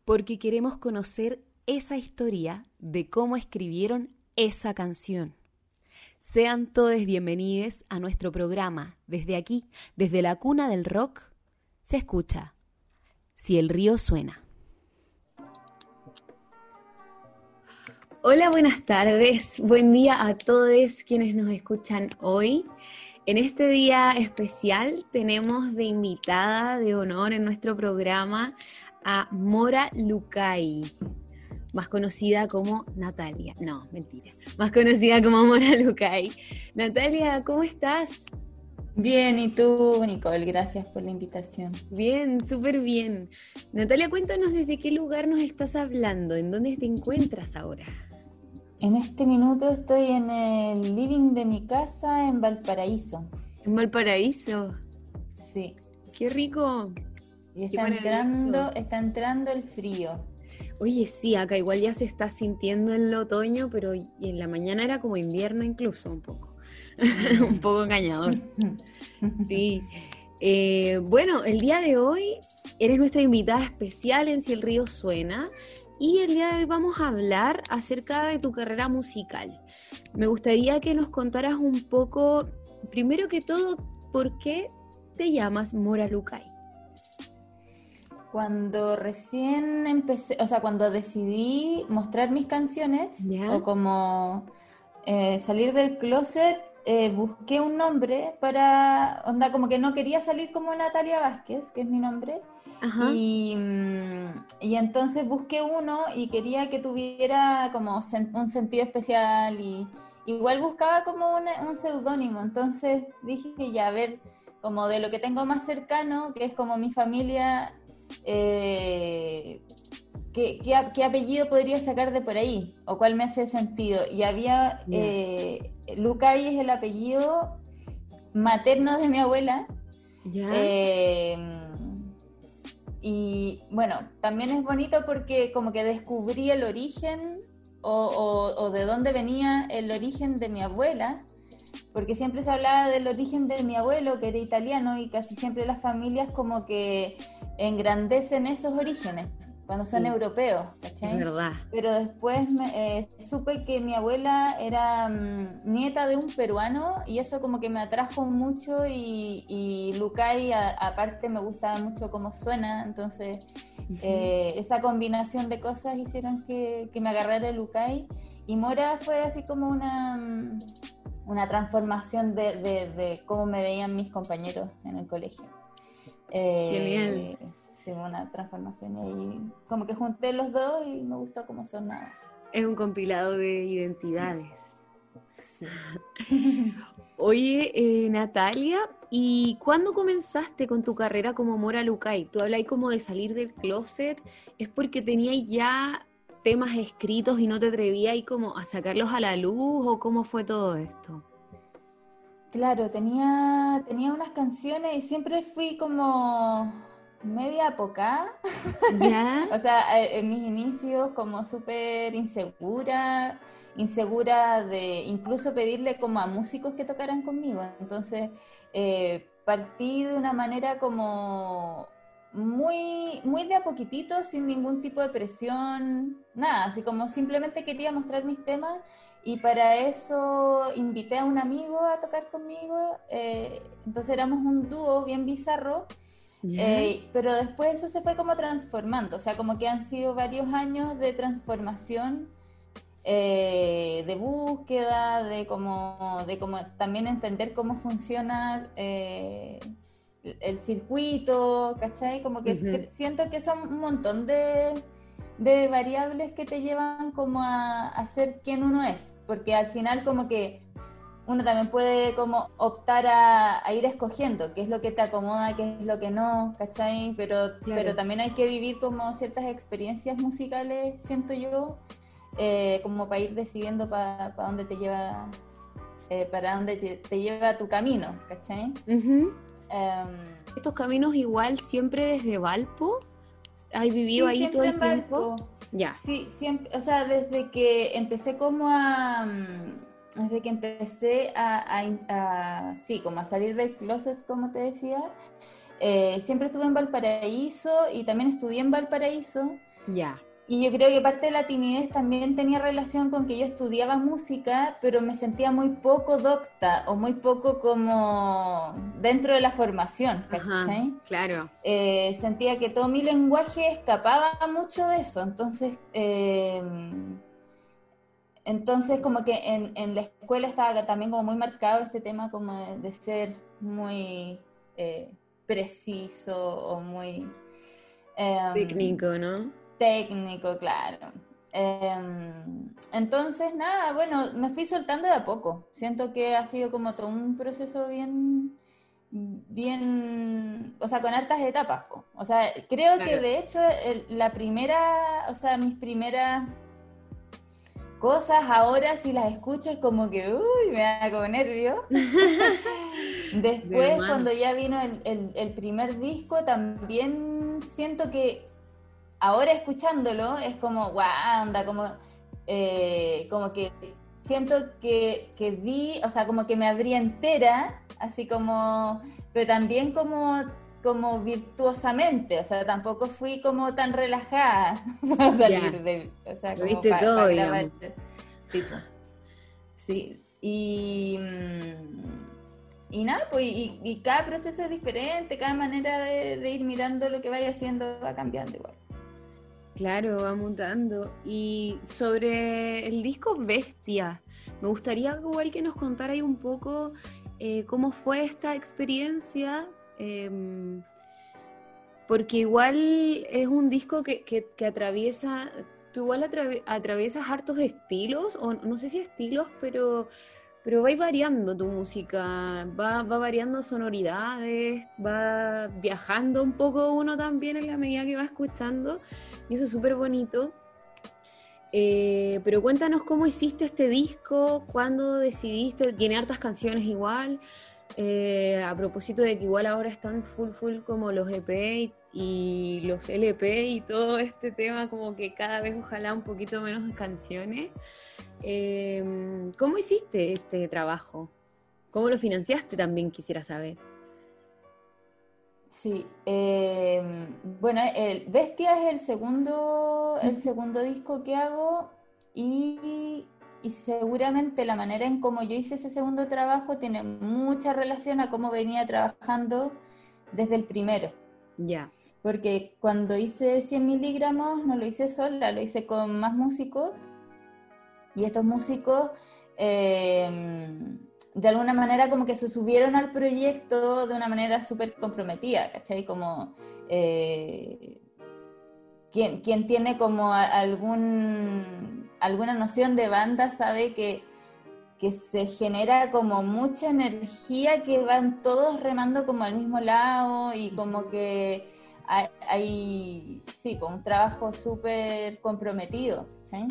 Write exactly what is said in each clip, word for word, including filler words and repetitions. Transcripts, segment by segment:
porque queremos conocer esa historia de cómo escribieron esa canción. Sean todos bienvenidos a nuestro programa. Desde aquí, desde la cuna del rock, se escucha Si el río suena. Hola, buenas tardes. Buen día a todos quienes nos escuchan hoy. En este día especial tenemos de invitada de honor en nuestro programa a Mora Lucay, más conocida como Natalia. No, mentira. Más conocida como Mora Lucay. Natalia, ¿cómo estás? Bien, ¿y tú, Nicole? Gracias por la invitación. Bien, súper bien. Natalia, cuéntanos desde qué lugar nos estás hablando, ¿en dónde te encuentras ahora? En este minuto estoy en el living de mi casa en Valparaíso. ¿En Valparaíso? Sí. ¡Qué rico! Y está entrando, está entrando el frío. Oye, sí, acá igual ya se está sintiendo el otoño, pero en la mañana era como invierno incluso, un poco. Un poco engañador. Sí. Eh, bueno, el día de hoy eres nuestra invitada especial en Si el río suena, y el día de hoy vamos a hablar acerca de tu carrera musical. Me gustaría que nos contaras un poco, primero que todo, ¿por qué te llamas Mora Lucay? Cuando recién empecé, o sea, cuando decidí mostrar mis canciones, ¿Ya? o como eh, salir del closet, eh, busqué un nombre para, onda, como que no quería salir como Natalia Vázquez, que es mi nombre, Ajá. y, y entonces busqué uno y quería que tuviera como sen- un sentido especial, y igual buscaba como una- un seudónimo, entonces dije ya, a ver, como de lo que tengo más cercano, que es como mi familia. Eh, ¿qué, qué, ¿Qué apellido podría sacar de por ahí? ¿O cuál me hace sentido? Y había, Yeah. eh, Lucay es el apellido materno de mi abuela. ¿Ya? Eh, y bueno, también es bonito porque como que descubrí el origen o, o, o de dónde venía el origen de mi abuela, porque siempre se hablaba del origen de mi abuelo, que era italiano, y casi siempre las familias como que engrandecen esos orígenes cuando son Sí, europeos, ¿cachai? es verdad. Pero después me, eh, supe que mi abuela era um, nieta de un peruano, y eso como que me atrajo mucho, y, y Lucay a, aparte me gustaba mucho cómo suena, entonces uh-huh. eh, esa combinación de cosas hicieron que, que me agarrara Lucay, y Mora fue así como una... Um, una transformación de, de, de cómo me veían mis compañeros en el colegio. Eh, Genial. Sí, una transformación, y ahí como que junté los dos y me gustó cómo sonaba. Es un compilado de identidades. Sí. Oye, eh, Natalia, ¿y cuándo comenzaste con tu carrera como Mora Lucay? Tú habláis como de salir del closet, ¿es porque teníais ya temas escritos y no te atrevías como a sacarlos a la luz, o cómo fue todo esto? Claro, tenía, tenía unas canciones y siempre fui como media poca. ¿Ya? O sea, en mis inicios como súper insegura, insegura de incluso pedirle como a músicos que tocaran conmigo. Entonces, eh, partí de una manera como muy, muy de a poquitito, sin ningún tipo de presión, nada, así como simplemente quería mostrar mis temas, y para eso invité a un amigo a tocar conmigo, eh, entonces éramos un dúo bien bizarro. Eh, pero después eso se fue como transformando, o sea, como que han sido varios años de transformación, eh, de búsqueda, de como, de como también entender cómo funciona eh, el circuito, ¿cachai? Como que uh-huh. siento que son un montón de, de variables que te llevan como a, a ser quien uno es, porque al final como que uno también puede como optar a, a ir escogiendo qué es lo que te acomoda, qué es lo que no, ¿cachai? Pero, claro. pero también hay que vivir como ciertas experiencias musicales, siento yo, eh, como para ir decidiendo para pa dónde te lleva, eh, para dónde te, te lleva tu camino, ¿cachai? Uh-huh. Um, ¿Estos caminos igual siempre desde Valpo? ¿Has vivido sí, ahí siempre todo el en tiempo? Valpo. Ya. Sí, siempre, o sea, desde que empecé como a... Desde que empecé a, a, a, sí, como a salir del closet, como te decía, eh, siempre estuve en Valparaíso y también estudié en Valparaíso. Ya. Y yo creo que parte de la timidez también tenía relación con que yo estudiaba música, pero me sentía muy poco docta o muy poco como dentro de la formación, ¿cachai? Ajá, claro. Eh, sentía que todo mi lenguaje escapaba mucho de eso, entonces, eh, entonces como que en, en la escuela estaba también como muy marcado este tema como de, de ser muy eh, preciso o muy... Eh, Técnico, ¿no? Técnico, claro. Eh, entonces, nada, bueno, me fui soltando de a poco. Siento que ha sido como todo un proceso bien, bien, o sea, con hartas etapas, po. O sea, creo Claro. que de hecho el, la primera, o sea, mis primeras cosas ahora si las escucho es como que, uy, me da como nervio. Después, De cuando ya vino el, el, el primer disco, también siento que ahora escuchándolo es como, guau, onda, como, eh, como que siento que, que di, o sea, como que me abrí entera, así como, pero también como, como virtuosamente, o sea, tampoco fui como tan relajada para salir Ya. de, o sea, Lo como viste para todo, pa grabar. digamos. Sí, pues, sí, y... Y nada, pues, y, y cada proceso es diferente, cada manera de, de ir mirando lo que vaya haciendo va cambiando igual. Claro, va mutando. Y sobre el disco Bestia, me gustaría igual que nos contara ahí un poco eh, cómo fue esta experiencia, eh, porque igual es un disco que, que, que atraviesa, tú igual atrav- atraviesas hartos estilos, o no sé si estilos, pero, pero va variando tu música, va, va variando sonoridades, va viajando un poco uno también en la medida que va escuchando. Y eso es súper bonito. Eh, pero cuéntanos cómo hiciste este disco, cuándo decidiste, tiene hartas canciones igual, eh, a propósito de que igual ahora están full full como los E P y, y los L P y todo este tema, como que cada vez ojalá un poquito menos de canciones. Eh, ¿Cómo hiciste este trabajo? ¿Cómo lo financiaste también quisiera saber? Sí, eh, bueno, el Bestia es el segundo, el segundo disco que hago y, y seguramente la manera en cómo yo hice ese segundo trabajo tiene mucha relación a cómo venía trabajando desde el primero. Ya. Porque cuando hice cien miligramos no lo hice sola, lo hice con más músicos y estos músicos... Eh, de alguna manera como que se subieron al proyecto de una manera súper comprometida, ¿cachai? Como eh, quien, quien tiene como a, algún, alguna noción de banda sabe que, que se genera como mucha energía, que van todos remando como al mismo lado y como que hay, hay sí, pues un trabajo súper comprometido, ¿sí?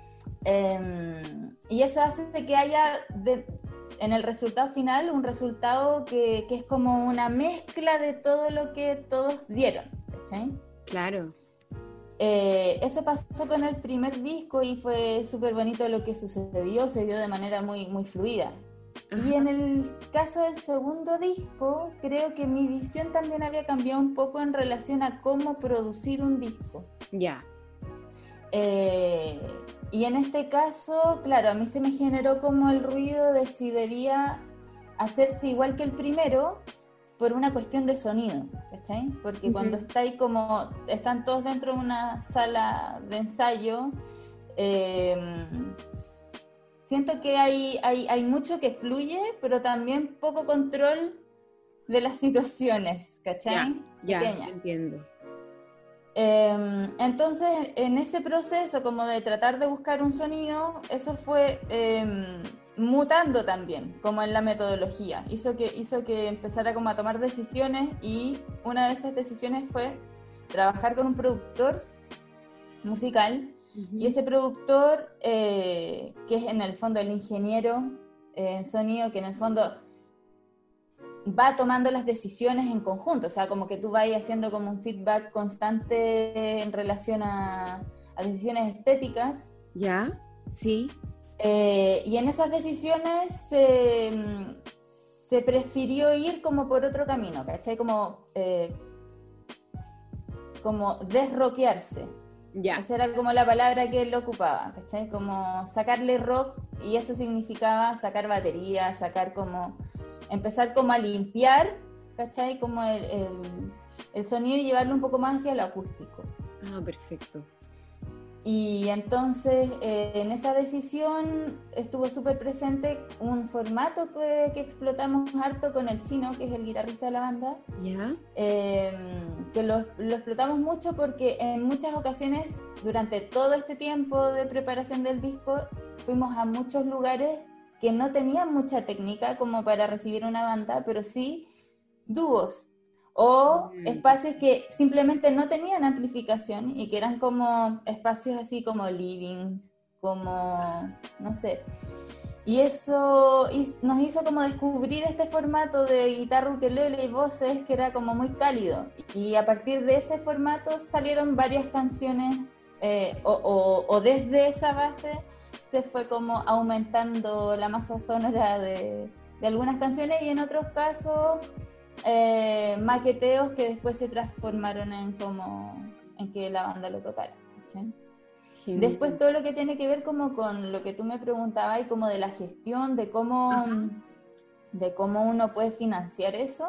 Eh, y eso hace que haya... De, en el resultado final, un resultado que, que es como una mezcla de todo lo que todos dieron, ¿sí? Claro. Eh, eso pasó con el primer disco y fue súper bonito lo que sucedió, se dio de manera muy, muy fluida. Ajá. Y en el caso del segundo disco, creo que mi visión también había cambiado un poco en relación a cómo producir un disco. Ya. Eh, y en este caso, claro, a mí se me generó como el ruido de si debía hacerse igual que el primero por una cuestión de sonido, ¿cachai? Porque uh-huh. cuando está ahí como, están todos dentro de una sala de ensayo, eh, siento que hay, hay, hay mucho que fluye, pero también poco control de las situaciones, ¿cachai? Ya, ya, entiendo. Eh, entonces, en ese proceso como de tratar de buscar un sonido, eso fue eh, mutando también, como en la metodología. Hizo que, hizo que empezara como a tomar decisiones y una de esas decisiones fue trabajar con un productor musical. Uh-huh. Y ese productor, eh, que es en el fondo el ingeniero eh, en sonido, que en el fondo... va tomando las decisiones en conjunto, o sea, como que tú vas haciendo como un feedback constante en relación a, a decisiones estéticas. Ya, sí. Eh, y en esas decisiones se, se prefirió ir como por otro camino, ¿cachai? Como, eh, como desrockearse. Ya. Esa era como la palabra que él ocupaba, ¿cachai? Como sacarle rock, y eso significaba sacar batería, sacar como, empezar como a limpiar, ¿cachai? Como el, el, el sonido y llevarlo un poco más hacia lo acústico. Ah, perfecto. Y entonces eh, en esa decisión estuvo súper presente un formato que, que explotamos harto con el Chino, que es el guitarrista de la banda. ¿Ya? Eh, que lo, lo explotamos mucho porque en muchas ocasiones, durante todo este tiempo de preparación del disco, fuimos a muchos lugares que no tenían mucha técnica como para recibir una banda, pero sí dúos. O espacios que simplemente no tenían amplificación y que eran como espacios así como livings, como, no sé. Y eso nos hizo como descubrir este formato de guitarra, ukelele y voces que era como muy cálido. Y a partir de ese formato salieron varias canciones, eh, o, o, o desde esa base se fue como aumentando la masa sonora de, de algunas canciones, y en otros casos Eh, maqueteos que después se transformaron en como en que la banda lo tocara, ¿sí? Después todo lo que tiene que ver como con lo que tú me preguntabas y como de la gestión, de cómo, Ajá. de cómo uno puede financiar eso.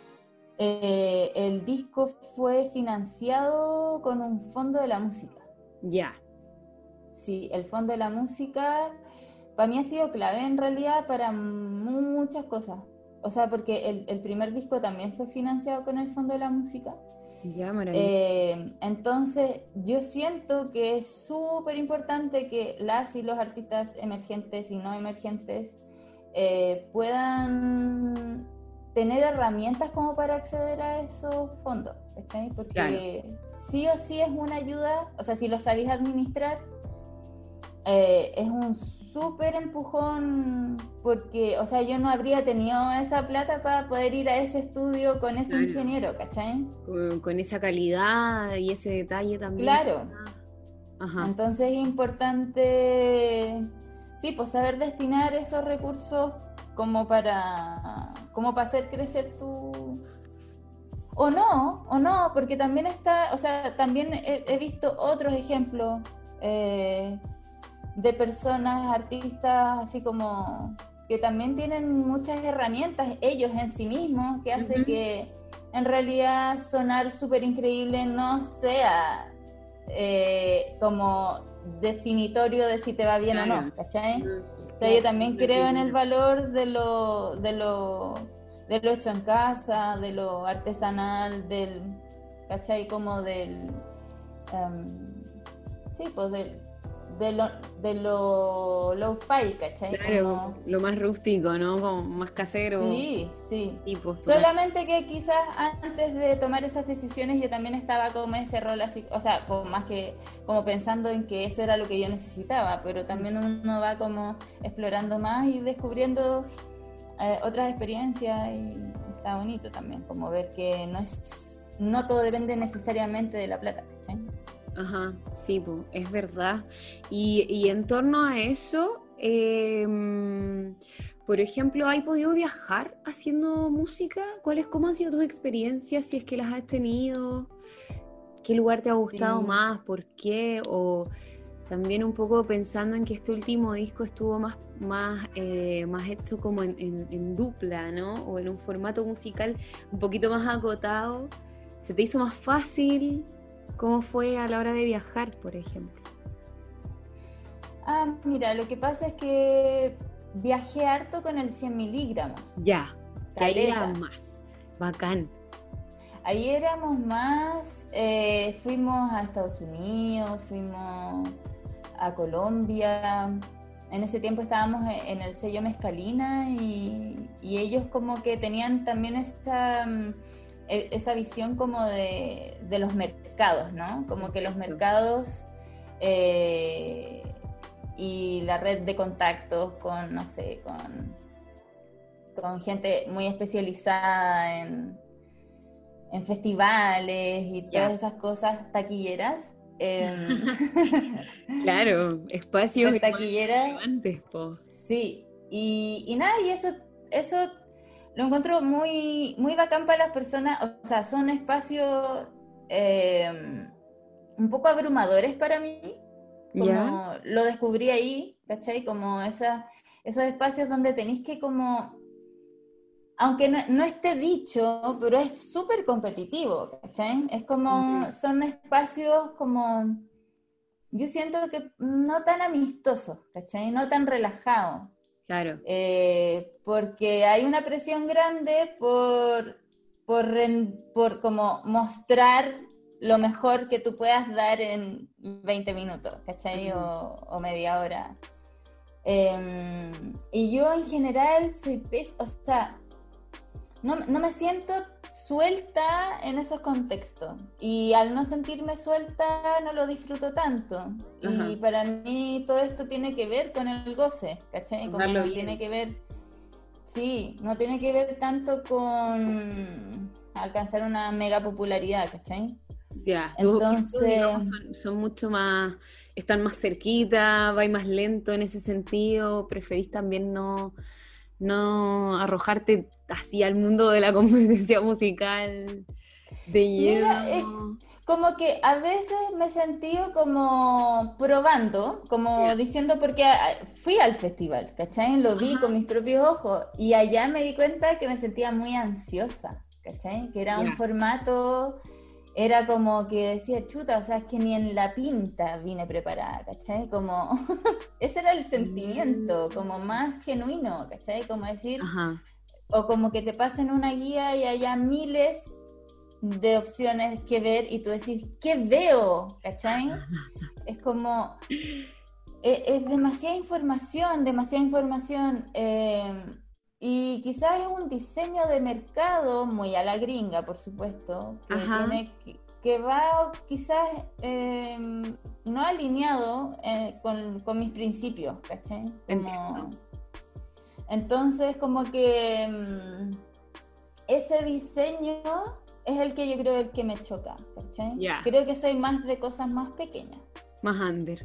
Eh, el disco fue financiado con un fondo de la música. Ya. Sí, el fondo de la música para mí ha sido clave en realidad para muchas cosas. O sea, porque el, el primer disco también fue financiado con el Fondo de la Música. Ya, maravilloso. Eh, entonces, yo siento que es súper importante que las y los artistas emergentes y no emergentes eh, puedan tener herramientas como para acceder a esos fondos, ¿cachai? Porque claro. sí o sí es una ayuda, o sea, si lo sabéis administrar, eh, es un súper empujón, porque, o sea, yo no habría tenido esa plata para poder ir a ese estudio con ese claro. ingeniero, ¿cachai? Con, con esa calidad y ese detalle también. Claro. Ajá. Entonces es importante, sí, pues saber destinar esos recursos como para, como para hacer crecer tu... O no, o no, porque también está, o sea, también he, he visto otros ejemplos, eh, de personas, artistas, así como que también tienen muchas herramientas ellos en sí mismos, que hace uh-huh. que en realidad sonar súper increíble no sea eh, como definitorio de si te va bien claro. o no, ¿cachai? Uh-huh. O sea, yo también creo en el valor de lo, de lo, de lo hecho en casa, de lo artesanal, del, ¿cachai? Como del, um, sí, pues del de lo, de lo low-fi, ¿cachai? Claro, como... lo más rústico, ¿no? Como más casero. Sí, sí. Tipo, solamente que quizás antes de tomar esas decisiones yo también estaba como ese rol así, o sea, como más que como pensando en que eso era lo que yo necesitaba, pero también uno va como explorando más y descubriendo eh, otras experiencias, y está bonito también como ver que no es, no todo depende necesariamente de la plata, ¿cachai? Ajá, sí, pues, es verdad. Y, y en torno a eso, eh, por ejemplo, ¿has podido viajar haciendo música? ¿Cuáles, cómo han sido tus experiencias, si es que las has tenido? ¿Qué lugar te ha gustado sí. más? ¿Por qué? O también un poco pensando en que este último disco estuvo más, más, eh, más hecho como en, en, en dupla, ¿no? O en un formato musical un poquito más acotado. ¿Se te hizo más fácil? ¿Cómo fue a la hora de viajar, por ejemplo? Ah, mira, lo que pasa es que viajé harto con el cien miligramos. Ya, que ahí era más. Bacán. Ahí éramos más, eh, fuimos a Estados Unidos, fuimos a Colombia. En ese tiempo estábamos en el sello Mezcalina y, y ellos como que tenían también esta... esa visión como de, de los mercados, ¿no? Como que los mercados eh, y la red de contactos con, no sé, con, con gente muy especializada en, en festivales y todas yeah. esas cosas taquilleras. Eh, claro, espacios taquilleras. Relevantes, po. Sí, y, y nada, y eso, eso lo encuentro muy, muy bacán para las personas, o sea, son espacios eh, un poco abrumadores para mí, ¿Ya? como lo descubrí ahí, ¿cachai? Como esa, esos espacios donde tenéis que como, aunque no, no esté dicho, pero es súper competitivo, ¿cachai? Es como, Ujú. son espacios como, yo siento que no tan amistosos, ¿cachai? No tan relajados. Claro. Eh, porque hay una presión grande por, por, por como mostrar lo mejor que tú puedas dar en veinte minutos, ¿cachai? Ujú. O, o media hora. Eh, y yo en general soy pés, o sea, no, no me siento suelta en esos contextos. Y al no sentirme suelta, no lo disfruto tanto. Ajá. Y para mí todo esto tiene que ver con el goce, ¿cachai? Como Pasarlo no tiene bien. que ver, sí, no tiene que ver tanto con alcanzar una mega popularidad, ¿cachai? Ya, tus objetivos, Entonces, digamos, son, son mucho más, están más cerquita, vais más lento en ese sentido, preferís también no, no arrojarte así al mundo de la competencia musical de mira, es lleno. como que a veces me he sentido como probando, Ya. como diciendo, porque ah, fui al festival, ¿cachai? Lo vi con Ajá, mis propios ojos y allá me di cuenta que me sentía muy ansiosa, ¿cachai? Que era un ya. formato, era como que decía, chuta, o sea, es que ni en la pinta vine preparada, ¿cachai? Como, ese era el Mm. sentimiento, como más genuino, ¿cachai? Como decir, Ajá. o como que te pasen una guía y haya miles de opciones que ver y tú decís, ¿qué veo? ¿Cachai? Es como, es, es demasiada información, demasiada información. Eh, y quizás es un diseño de mercado muy a la gringa, por supuesto, que Ajá. tiene que, que va quizás eh, no alineado eh, con, con mis principios, ¿cachai? Como, Entiendo. entonces, como que mm, ese diseño es el que yo creo el que me choca, ¿cachai? Ya. Creo que soy más de cosas más pequeñas, Más under.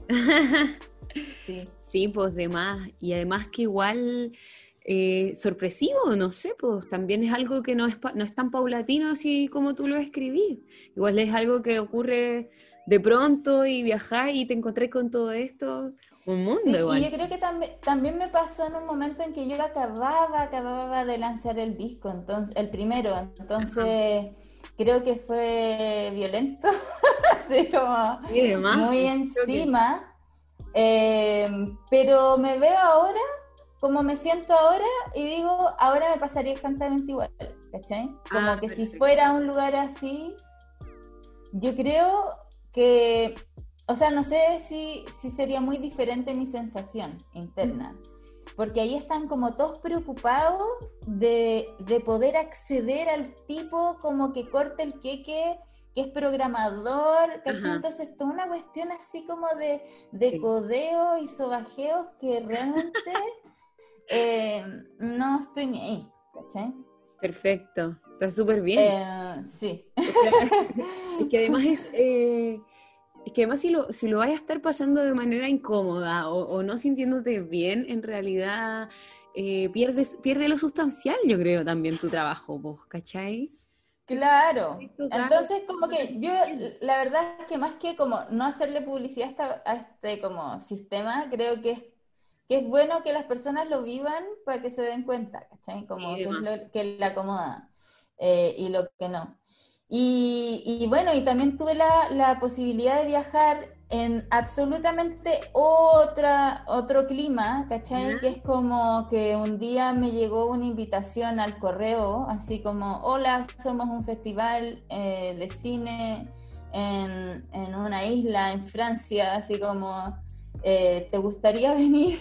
sí. Sí, pues de más. Y además que igual eh, sorpresivo, no sé, pues también es algo que no es, pa- no es tan paulatino así como tú lo escribís. Igual es algo que ocurre de pronto y viajás y te encontrás con todo esto. Un mundo Sí, y yo igual. creo que también, también me pasó en un momento en que yo acababa, acababa de lanzar el disco, entonces, el primero, Ajá. entonces creo que fue violento, así como Y demás, muy pues, creo que. encima, eh, pero me veo ahora, como me siento ahora, y digo, ahora me pasaría exactamente igual, ¿cachai? Ah, Como que si perfecto. fuera un lugar así, yo creo que, o sea, no sé si, si sería muy diferente mi sensación interna, porque ahí están como todos preocupados de, de poder acceder al tipo como que corte el queque, que es programador, ¿cachai? Ajá, Entonces, toda una cuestión así como de, de sí. codeo y sobajeos que realmente eh, no estoy ni ahí, ¿cachai? Perfecto. Está súper bien. Eh, sí. O sea, es que además es, eh, es que además si lo, si lo vas a estar pasando de manera incómoda o, o no sintiéndote bien, en realidad eh, pierdes, pierde lo sustancial, yo creo, también tu trabajo, vos, ¿cachai? Si tú Claro. quieres tocar, Entonces, como no te que yo, sientes bien. la verdad es que más que como no hacerle publicidad a, esta- a este como sistema, creo que es, que es bueno que las personas lo vivan para que se den cuenta, ¿cachai? Y Como qué es demás. lo que le acomoda eh, y lo que no. Y, y bueno, y también tuve la, la posibilidad de viajar en absolutamente otra, otro clima, ¿cachai? Que ¿Ya? es como que un día me llegó una invitación al correo, así como, hola, somos un festival eh, de cine en, en una isla en Francia, así como, eh, ¿te gustaría venir?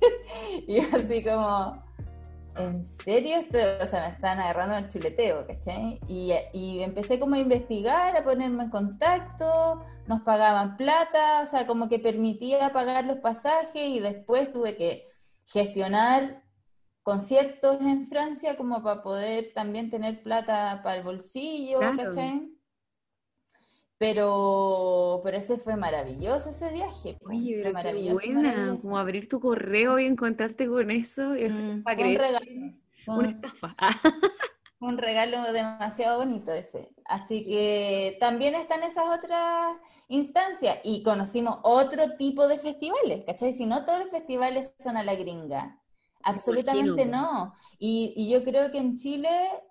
Y yo así como, ¿en serio? Esto, o sea, me están agarrando el chuleteo, ¿cachai? Y, y empecé como a investigar, a ponerme en contacto, nos pagaban plata, o sea, como que permitía pagar los pasajes y después tuve que gestionar conciertos en Francia como para poder también tener plata para el bolsillo, Claro. ¿cachai? Pero, pero ese fue maravilloso ese viaje. Po. Oye, Fue pero qué maravilloso, buena, maravilloso. como abrir tu correo y encontrarte con eso, es Mm, para fue un creer regalo, que es fue una un, estafa. fue un regalo demasiado bonito ese. Así que también están esas otras instancias y conocimos otro tipo de festivales, ¿cachai? Si no todos los festivales son a la gringa, Me imagino, absolutamente po. no. Y, y yo creo que en Chile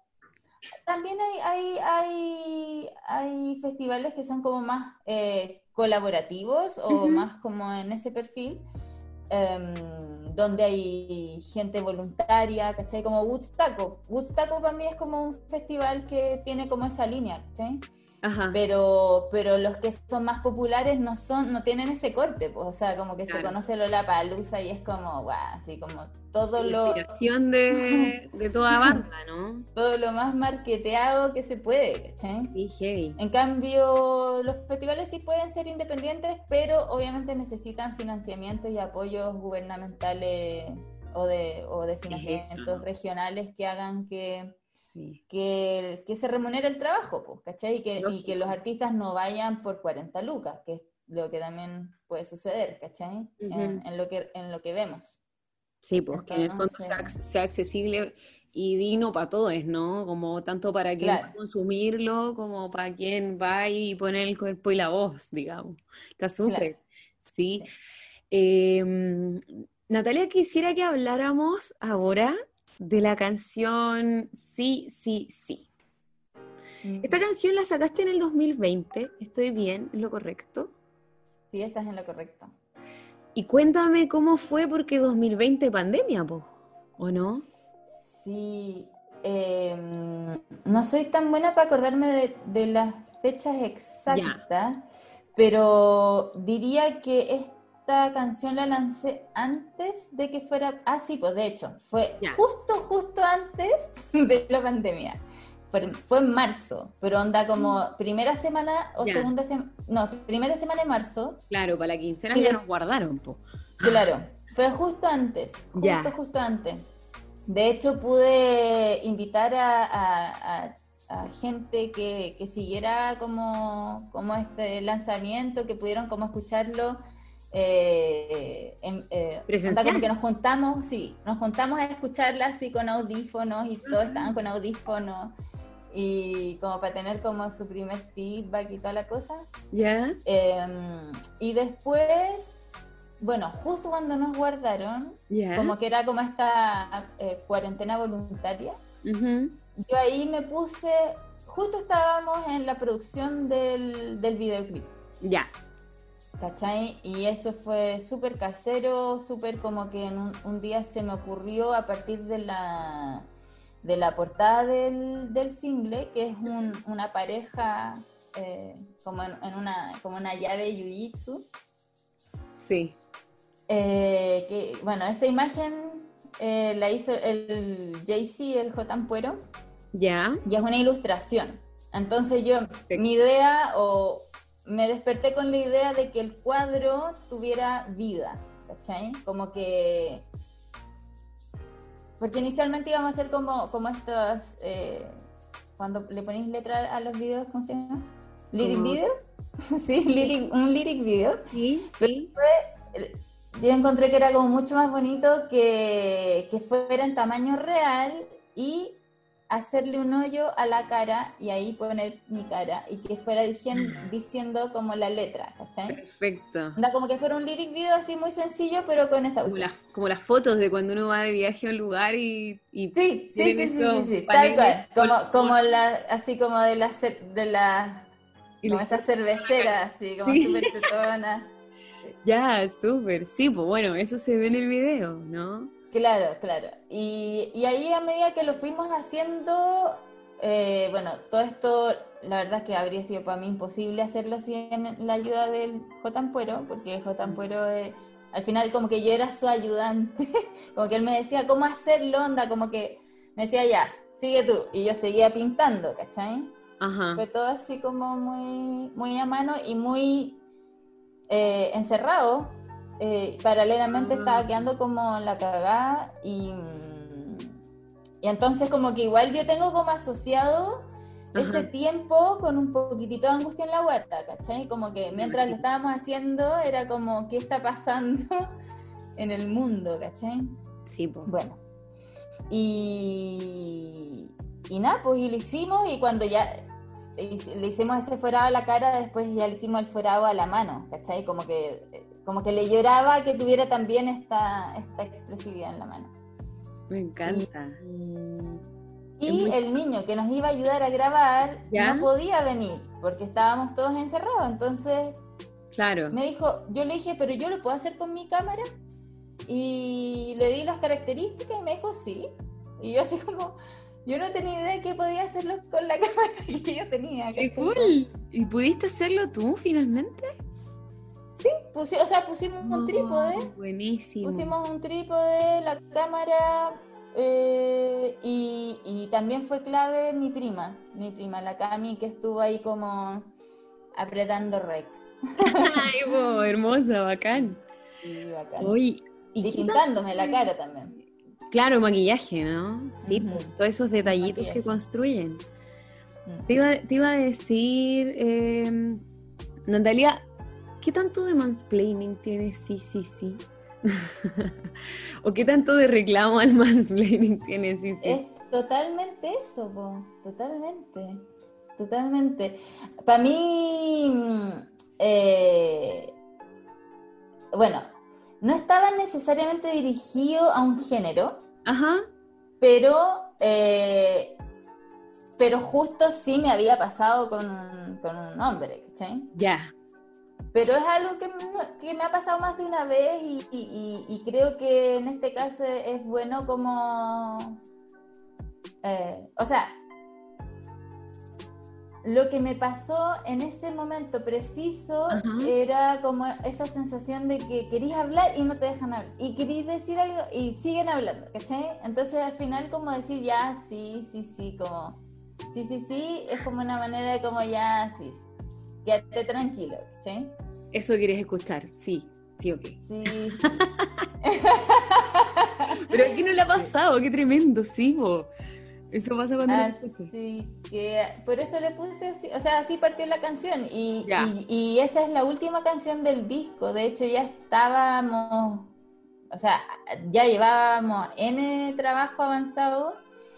también hay, hay, hay, hay festivales que son como más eh, colaborativos o Ujú. más como en ese perfil, em, donde hay gente voluntaria, ¿cachai? Como Woodstock. Woodstock para mí es como un festival que tiene como esa línea, ¿cachai? Ajá, Pero, pero los que son más populares no son, no tienen ese corte, pues, o sea, como que se claro. conoce Lollapalooza y es como, guau, así como todo La lo, inspiración de, de toda banda, ¿no? todo lo más marketeado que se puede, ¿cachai? Sí, heavy. En cambio, los festivales sí pueden ser independientes, pero obviamente necesitan financiamientos y apoyos gubernamentales o de, o de Es eso, financiamientos ¿no? regionales que hagan que, Sí, que, que se remunere el trabajo, pues, ¿cachai? Y que, y que los lógico. artistas no vayan por cuarenta lucas, que es lo que también puede suceder, ¿cachai? Ujú. En, en lo, que, en lo que vemos. Sí, pues que en el fondo Entonces, sea, ac- sea accesible y digno para todos, ¿no? Como tanto para quien va a claro, consumirlo como para quien va y pone el cuerpo y la voz, digamos. Está claro, súper, sí. sí. Eh, Natalia, quisiera que habláramos ahora de la canción Sí, sí, sí. Esta Mm. canción la sacaste en el dos mil veinte, ¿estoy bien? ¿Es lo correcto? Sí, estás en lo correcto. Y cuéntame cómo fue porque dos mil veinte pandemia, po, ¿o no? Sí, eh, no soy tan buena para acordarme de, de las fechas Ya, exactas, pero diría que esta canción la lancé antes de que fuera... Ah, sí, pues de hecho, fue ya, justo, justo antes de la pandemia. Fue, fue en marzo, pero onda como primera semana o ya. segunda semana... No, primera semana de marzo. Claro, para la quincena Y ya de- nos guardaron, po. claro, fue justo antes, justo, Ya, justo antes. De hecho, pude invitar a, a- a- a gente que, que siguiera como, como este lanzamiento, que pudieron como escucharlo. Eh, en- eh, onda como que presencial. nos juntamos, sí, nos juntamos a escucharla así con audífonos y todos Ajá. estaban con audífonos y como para tener como su primer feedback y toda la cosa. Ya, Eh, y después, bueno, justo cuando nos guardaron, ya. como que era como esta eh, cuarentena voluntaria, Ujú. yo ahí me puse, justo estábamos en la producción del, del videoclip, Ya. ¿cachai? Y eso fue súper casero, súper como que en un, un día se me ocurrió a partir de la, de la portada del, del single, que es un, una pareja eh, como en, en una, como una llave de jiu-jitsu. Sí. Eh, que, bueno, esa imagen eh, la hizo el Jay-Z, el J. Ampuero, Ya. y es una ilustración. Entonces yo, mi Perfecto. idea, o me desperté con la idea de que el cuadro tuviera vida, ¿cachai? Como que... Porque inicialmente íbamos a hacer como, como estos... Eh, cuando le ponéis letra a los videos, ¿cómo se llama? ¿Lyric Como, video? Sí, sí, lyric, un lyric video. sí, Pero sí. fue, yo encontré que era como mucho más bonito que, que fuera en tamaño real y hacerle un hoyo a la cara y ahí poner mi cara y que fuera diciendo, diciendo como la letra, ¿cachai? Perfecto. Anda como que fuera un lyric video así muy sencillo, pero con esta Como cuestión. las, como las fotos de cuando uno va de viaje a un lugar y, y Sí, sí, tienen sí, sí, sí, esos sí, tal paneles cual. con los Como, como monos la, así como de la, cer- de la, y la como esa historia de la cervecera, cara. así como Sí. súper tetona. Ya, súper. Sí, pues bueno, eso se ve en el video, ¿no? Claro, claro. Y, y ahí a medida que lo fuimos haciendo, eh, bueno, todo esto, la verdad es que habría sido para mí imposible hacerlo sin la ayuda del J. Ampuero, porque el J. Ampuero, eh, al final como que yo era su ayudante, como que él me decía cómo hacerlo, onda, como que me decía ya, sigue tú, y yo seguía pintando, ¿cachai? Ajá. Fue todo así como muy, muy a mano y muy eh, encerrado. Eh, paralelamente Ah, estaba quedando como la cagada y, y entonces como que igual yo tengo como asociado ese tiempo con un poquitito de angustia en la guata, ¿cachai? Como que mientras lo estábamos haciendo era como, ¿qué está pasando en el mundo, ¿cachai? Sí, pues. Bueno, y, y nada, pues y lo hicimos, y cuando ya le hicimos ese forado a la cara, después ya le hicimos el forado a la mano, ¿cachai? Como que, como que le lloraba que tuviera también esta, esta expresividad en la mano. Me encanta. Y, y muy... el niño que nos iba a ayudar a grabar ¿Ya? no podía venir porque estábamos todos encerrados, entonces claro. me dijo, yo le dije, pero yo lo puedo hacer con mi cámara, y le di las características y me dijo sí, y yo así como, yo no tenía idea de que podía hacerlo con la cámara que yo tenía. ¡Qué cool! ¿Y pudiste hacerlo tú finalmente? Sí, pusi- o sea, pusimos un Oh, trípode. Buenísimo. Pusimos un trípode, la cámara, eh, y, y también fue clave mi prima, mi prima, la Cami, que estuvo ahí como apretando rec. Ay, wow, hermosa, bacán. Sí, bacán. Oye, y pintándome la cara también. Claro, maquillaje, ¿no? Sí, Uh-huh. pues, todos esos detallitos Maquillaje. que construyen. Uh-huh. Te iba, te iba a decir, eh, Natalia, ¿qué tanto de mansplaining tiene sí, sí, sí? ¿O qué tanto de reclamo al mansplaining tiene sí, sí? Es totalmente eso, po. totalmente, totalmente. Para mí, eh, bueno, no estaba necesariamente dirigido a un género. Ajá. Pero, eh, pero justo sí me había pasado con un, con un hombre, ¿cachai? Ya. Pero es algo que, me- que me ha pasado más de una vez, y, y- y- y creo que en este caso es bueno como... eh, o sea, lo que me pasó en ese momento preciso Ajá. era como esa sensación de que querís hablar y no te dejan hablar, y querís decir algo y siguen hablando, ¿cachai? Entonces al final como decir ya, sí, sí, sí, como sí, sí, sí, es como una manera de como ya, sí, quédate tranquilo, ¿cachai? Eso quieres escuchar, sí, sí, ok. Sí, sí. Pero ¿a quién no le ha pasado? Qué tremendo, sí, po. Eso pasa cuando... Así que por eso le puse así, o sea, así partió la canción, y, Ya. y, y esa es la última canción del disco. De hecho ya estábamos, o sea, ya llevábamos N trabajo avanzado,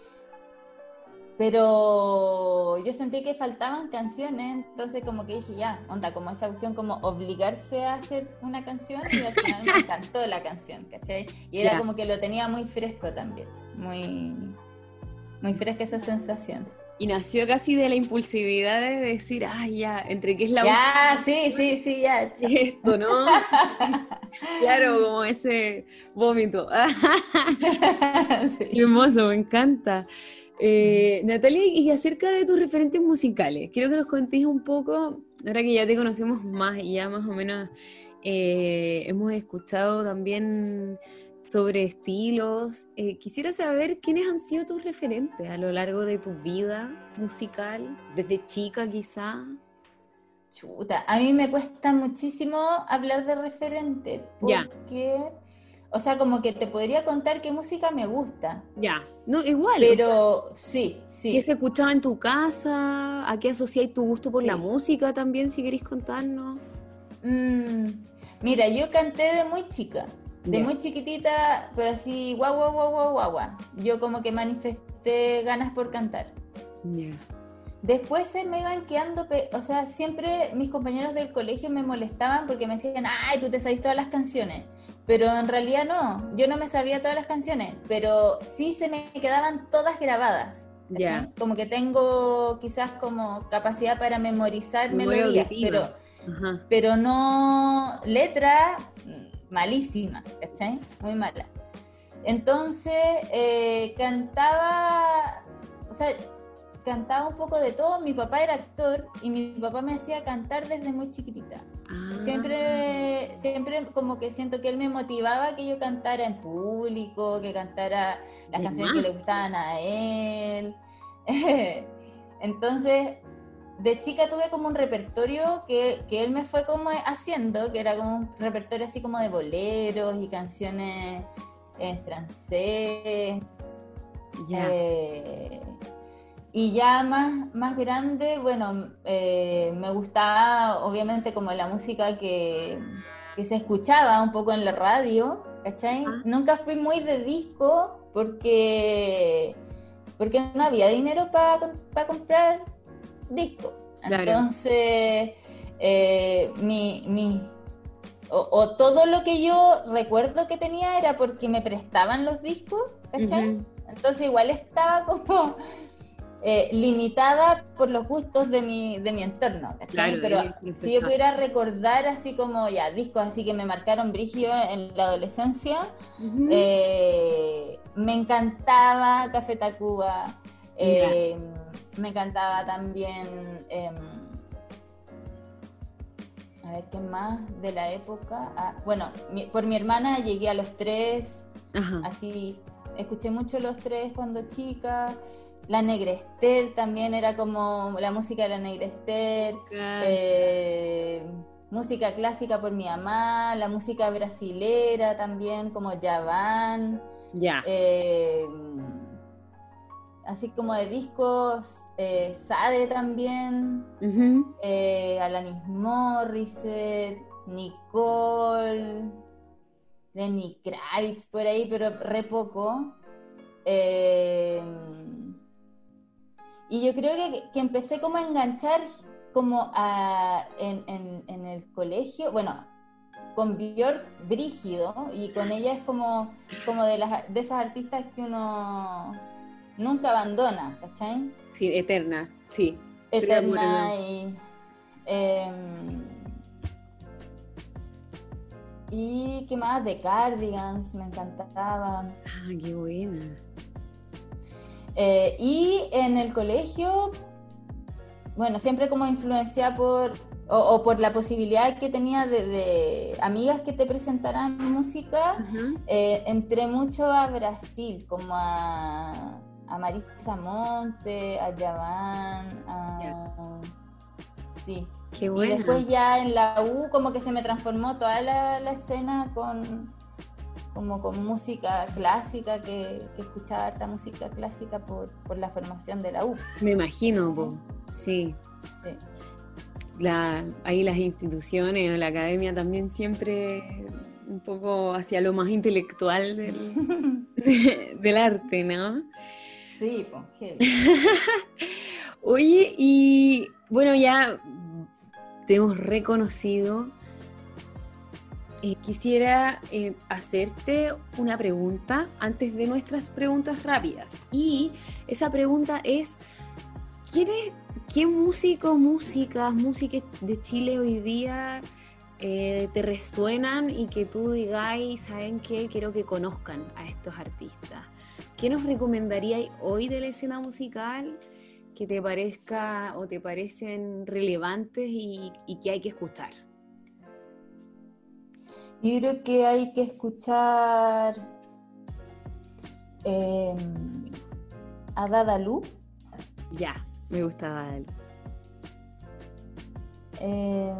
pero yo sentí que faltaban canciones, entonces como que dije ya, onda, como esa cuestión como obligarse a hacer una canción, y al final me encantó la canción, ¿cachai? Y era Ya. como que lo tenía muy fresco también, muy... Muy fresca esa sensación. Y nació casi de la impulsividad de decir, ay, ya, entre qué es la... Ya, sí, sí, sí, ya. ¿Qué es esto, no? Claro, como ese vómito. Sí. Qué hermoso, me encanta. Eh, Natalia, y acerca de tus referentes musicales, quiero que nos contéis un poco, ahora que ya te conocemos más y ya más o menos eh, hemos escuchado también sobre estilos, eh, quisiera saber quiénes han sido tus referentes a lo largo de tu vida musical, desde chica quizá. Chuta, a mí me cuesta muchísimo hablar de referente, porque, ya. O sea, como que te podría contar qué música me gusta. Ya, no, igual. Pero o sea, sí, sí. ¿Qué se escuchaba en tu casa? ¿A qué asociáis tu gusto por sí. la música también, si queréis contarnos? Mm, mira, yo canté de muy chica. De yeah. muy chiquitita, pero así, guau, guau, guau, guau, guau, guau. Yo como que manifesté ganas por cantar. Yeah. Después se me iban quedando, pe- o sea, siempre mis compañeros del colegio me molestaban porque me decían, ay, tú te sabes todas las canciones. Pero en realidad no, yo no me sabía todas las canciones, pero sí se me quedaban todas grabadas. Yeah. Como que tengo quizás como capacidad para memorizar muy melodías, pero, pero no letra... malísima, ¿cachai? Muy mala. Entonces, eh, cantaba, o sea, cantaba un poco de todo. Mi papá era actor y mi papá me hacía cantar desde muy chiquitita. Ah. Siempre, siempre como que siento que él me motivaba que yo cantara en público, que cantara las canciones que le gustaban a él. Entonces... de chica tuve como un repertorio que, que él me fue como haciendo, que era como un repertorio así como de boleros y canciones en francés. Yeah. Eh, y ya más, más grande, bueno, eh, me gustaba obviamente como la música que, que se escuchaba un poco en la radio, ¿cachai? Ah, Nunca fui muy de disco porque, porque no había dinero para comprar disco. claro. Entonces, eh, mi, mi, o, o todo lo que yo recuerdo que tenía era porque me prestaban los discos, ¿cachai? Ujú. Entonces igual estaba como eh, limitada por los gustos de mi, de mi entorno, ¿cachai? Claro, Pero ahí es si yo perfecto. pudiera recordar así como ya discos así que me marcaron brígido en la adolescencia, Ujú. eh, me encantaba Café Tacuba, Ya. eh, me encantaba también, eh, a ver qué más de la época. Ah, bueno, mi, por mi hermana llegué a Los Tres, Ajá. así, escuché mucho Los Tres cuando chica. La Negrester también era como la música de la Negrester. Claro. Eh, música clásica por mi mamá, la música brasilera también, como Yavan. Ya. Eh, así como de discos, eh, Sade también, Ujú. eh, Alanis Morissette, Nicole, Lenny Kravitz por ahí, pero re poco. Eh, y yo creo que, que empecé como a enganchar como a, en, en, en el colegio, bueno, con Björk brígido, y con ella es como, como de, las, de esas artistas que uno nunca abandona, ¿cachai? Sí, eterna. Sí, estoy de acuerdo. Eterna y... Eh, y qué más, de Cardigans, me encantaban. Ah, qué buena. Eh, y en el colegio, bueno, siempre como influenciada por, o, o por la posibilidad que tenía de, de amigas que te presentaran música, Ajá. eh, entré mucho a Brasil, como a, a Marisa Monte, a Yavan, Ya. a... Sí. Qué Y buena. después ya en la U como que se me transformó toda la, la escena con, como con música clásica, que, que escuchaba harta música clásica por, por la formación de la U. Me imagino, ¿Sí? po. Sí. Sí. La, ahí las instituciones o la academia también siempre un poco hacia lo más intelectual del, de- del arte, ¿no? Sí, pues, heavy. Oye, y bueno, ya te hemos reconocido. Eh, quisiera eh, hacerte una pregunta antes de nuestras preguntas rápidas. Y esa pregunta es, ¿quién es, qué músico, músicas, músicas de Chile hoy día eh, te resuenan y que tú digáis, ¿saben qué? Quiero que conozcan a estos artistas. ¿Qué nos recomendaríais hoy de la escena musical que te parezca o te parecen relevantes y, y que hay que escuchar? Yo creo que hay que escuchar eh, a Dadalú. Ya, me gusta Dale. Eh,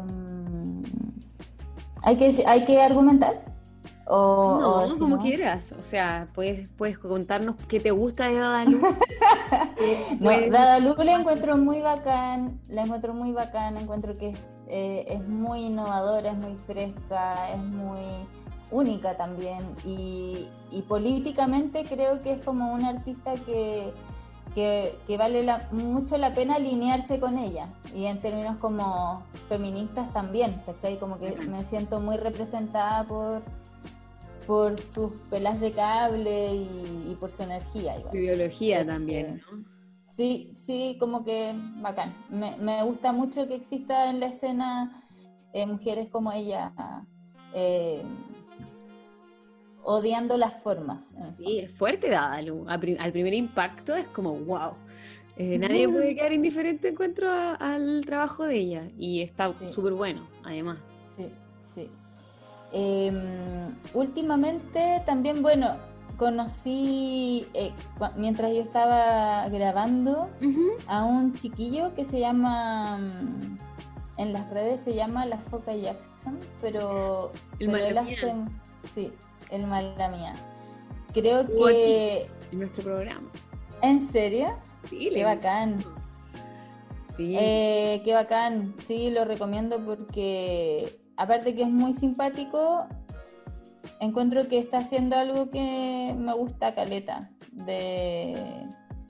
¿hay, que, ¿Hay que argumentar? O, o No, si como no. quieras. O sea, puedes, puedes contarnos qué te gusta de Dadalú. Eh, No, puedes- Dadalú la encuentro muy bacán, la encuentro muy bacán, encuentro que es, eh, es muy innovadora, es muy fresca, es muy única también, y, y políticamente creo que es como una artista que, que, que vale la, mucho la pena alinearse con ella, y en términos como feministas también, ¿cachai? Como que me siento muy representada por, por sus pelas de cable y, y por su energía igual. Tu biología Eh, también, ¿no? Sí, sí, como que bacán. Me, me gusta mucho que exista en la escena eh, mujeres como ella, eh, odiando las formas, en el Sí, fondo. es fuerte Dadalú. A pri- Al primer impacto es como, wow. Eh, nadie puede quedar indiferente encuentro a- al trabajo de ella. Y está Sí, súper bueno, además. sí, sí. Eh, últimamente también, bueno, conocí, eh, cua- mientras yo estaba grabando, Ujú. a un chiquillo que se llama, mm, en las redes se llama La Foca Jackson, pero, El pero él mala hace, mía. sí, el Mala Mía. Creo Estuvo aquí, que, en nuestro programa. ¿en serio? Sí, Qué bacán. Sí. Eh, qué bacán. Sí, lo recomiendo porque, aparte que es muy simpático, encuentro que está haciendo algo que me gusta caleta. De...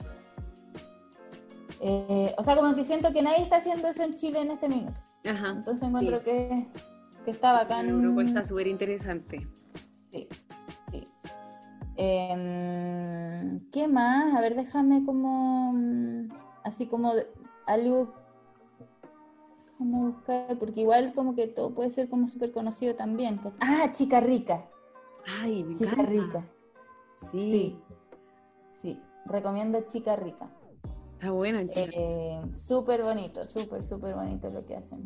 Eh, o sea, como que siento que nadie está haciendo eso en Chile en este minuto. Ajá. Entonces encuentro Sí. que, que está bacán. Una propuesta súper interesante. Sí, sí. Eh, ¿qué más? A ver, déjame como... Así como de- algo... Déjame buscar, porque igual como que todo puede ser como súper conocido también. ¿Cach- Ah, Chica Rica. Ay, me Chica encanta. Rica. Sí. Sí, sí. Recomiendo Chica Rica. Está buena, chica. Eh, súper bonito, súper, súper bonito lo que hacen.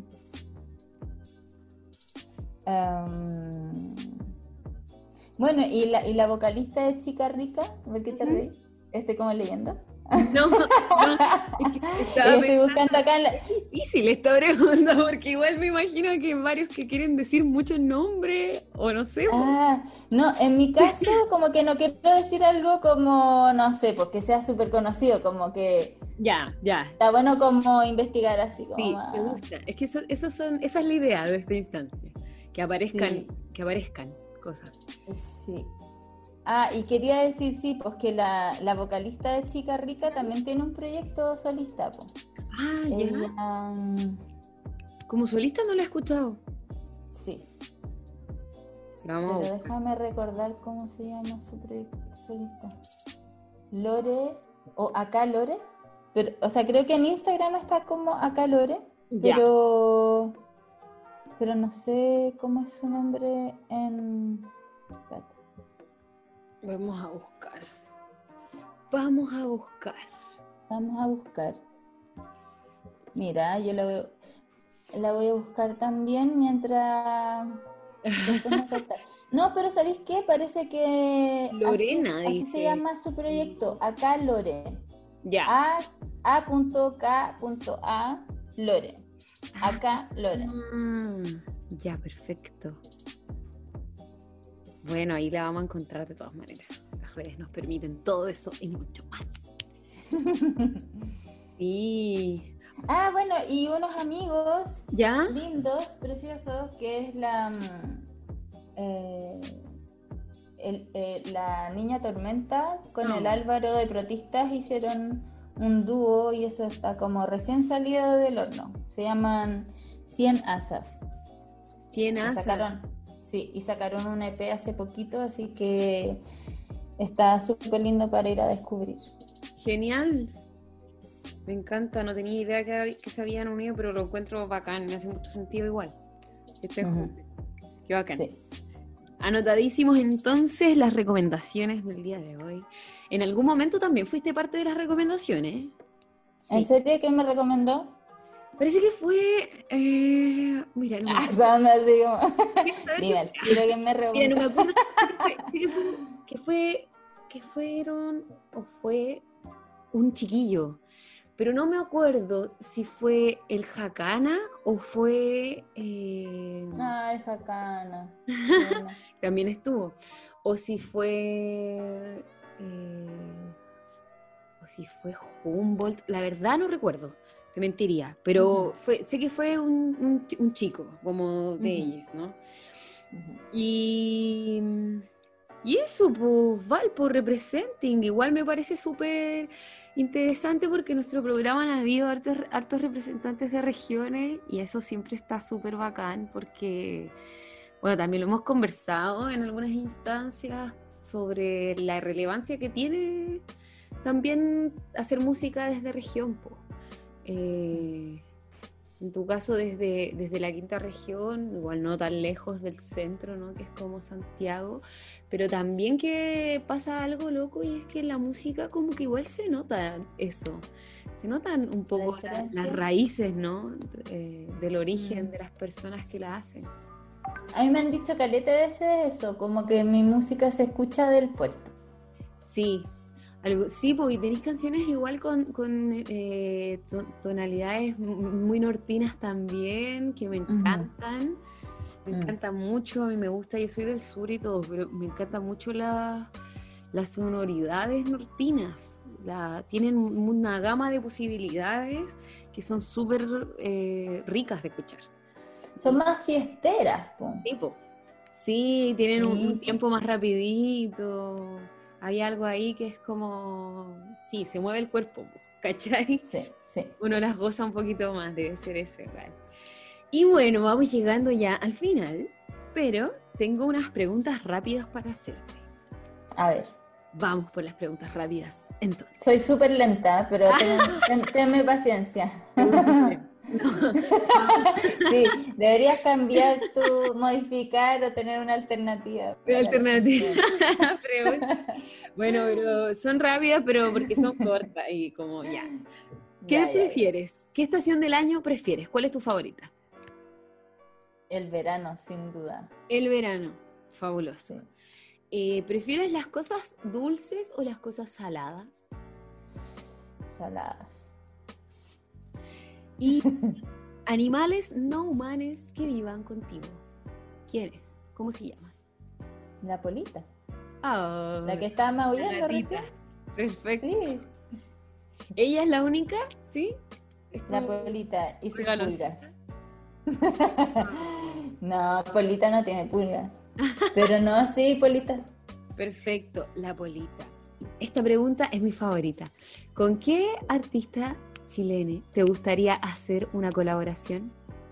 Um, bueno, ¿y la, y la vocalista de Chica Rica? A ver qué te Ujú. reí. Estoy como leyendo. No, no, es que estaba Yo estoy pensando, buscando acá en la... es difícil esta pregunta, porque igual me imagino que hay varios que quieren decir muchos nombres, o no sé. Ah, no, en mi caso como que no quiero decir algo como, no sé, pues que sea súper conocido, como que Ya, ya, está bueno como investigar así, como sí, más... me gusta. Es que eso, eso son, esa es la idea de esta instancia, que aparezcan, Sí. que aparezcan cosas. Sí. Ah, y quería decir, sí, pues que la, la vocalista de Chica Rica también tiene un proyecto solista, pues. Ah, ya. Ella, mm, Como solista no la he escuchado. sí, Pero vamos a pero buscar. déjame recordar cómo se llama su proyecto solista. Lore, o Acá Lore, pero, o sea, creo que en Instagram está como Acá Lore, Ya. pero, pero no sé cómo es su nombre en... Espérate. Vamos a buscar. Vamos a buscar. Vamos a buscar. Mira, yo la voy, la voy a buscar también mientras después me corta. No, pero ¿sabéis qué? Parece que así, Lorena así dice. se llama su proyecto, Acá Lore. Ya. A A.K.A Lore. Acá Lore. Ah, ya, perfecto. Bueno, ahí la vamos a encontrar de todas maneras. Las redes nos permiten todo eso y mucho más. Sí. Ah, bueno, y unos amigos ¿Ya? lindos, preciosos, que es la mm, eh, el- eh, la Niña Tormenta con No. el Álvaro de Protistas hicieron un dúo y eso está como recién salido del horno. Se llaman Cien Asas. Cien Y asas. sacaron, sí, y sacaron un E P hace poquito, así que está súper lindo para ir a descubrir. Genial. Me encanta, no tenía idea que, que se habían unido, pero lo encuentro bacán, me hace mucho sentido igual. Que estén Ujú. juntos. Qué bacán. Sí. Anotadísimos entonces las recomendaciones del día de hoy. En algún momento también fuiste parte de las recomendaciones. Sí. ¿En serio qué me recomendó? Parece que fue. eh, Mira, no me Ah, acuerdo. son así como... Quiero saber Dime qué al fue. tiro que me Mira, no recomendó. me acuerdo. Sí que fue, que fue, que fueron o fue un chiquillo, pero no me acuerdo si fue el Jacana o fue eh, Ay, Jacana. Bueno. también estuvo, o si fue eh, o si fue Humboldt, la verdad no recuerdo, te mentiría, pero Ujú. fue, sé que fue un, un, un chico como de Ujú. ellos, ¿no? Ujú. Y, y eso, pues, Valpo Representing, igual me parece súper interesante porque en nuestro programa han habido hartos, hartos representantes de regiones y eso siempre está súper bacán porque, bueno, también lo hemos conversado en algunas instancias sobre la relevancia que tiene también hacer música desde región, pues. Eh, en tu caso desde, desde la quinta región, igual no tan lejos del centro, ¿no? Que es como Santiago, pero también que pasa algo loco y es que en la música como que igual se nota eso, se notan un poco la- diferencia? las raíces, ¿no? Eh, del origen Mm. de las personas que la hacen. A mí me han dicho caleta de veces eso, como que mi música se escucha del puerto. Sí, algo, sí, porque tenéis canciones igual con, con eh, to- tonalidades m- muy nortinas también, que me Ujú. encantan. Me Mm. encanta mucho, a mí me gusta, yo soy del sur y todo, pero me encanta mucho la, las sonoridades nortinas. La, tienen una gama de posibilidades que son súper eh, ricas de escuchar. Son más fiesteras, po. Tipo, sí, tienen Sí, un, un po. tiempo más rapidito. Hay algo ahí que es como, sí, se mueve el cuerpo, po, ¿cachai? Sí, sí. Uno las goza un poquito más, debe ser eso igual. Y bueno, vamos llegando ya al final, pero tengo unas preguntas rápidas para hacerte. A ver. Vamos por las preguntas rápidas, entonces. Soy súper lenta, pero ten, ten, tenme paciencia. No. Sí, deberías cambiar tu, modificar o tener una alternativa. Una alternativa. Bueno, pero son rápidas, pero porque son cortas y como ya. ¿Qué Ya, ya, prefieres? ¿Qué estación del año prefieres? ¿Cuál es tu favorita? El verano, sin duda. El verano. Fabuloso. Sí. Eh, ¿prefieres las cosas dulces o las cosas saladas? Saladas. Y animales no humanos que vivan contigo. ¿Quiénes? ¿Cómo se llaman? La polita. Oh, La que estaba maullando la gatita. recién. Perfecto. Sí. ¿Ella es la única? ¿Sí? ¿Es La tu polita y sus regaloncita? pulgas. No, polita no tiene pulgas. Pero no, sí, polita. Perfecto, la polita. Esta pregunta es mi favorita. ¿Con qué artista chileno te gustaría hacer una colaboración?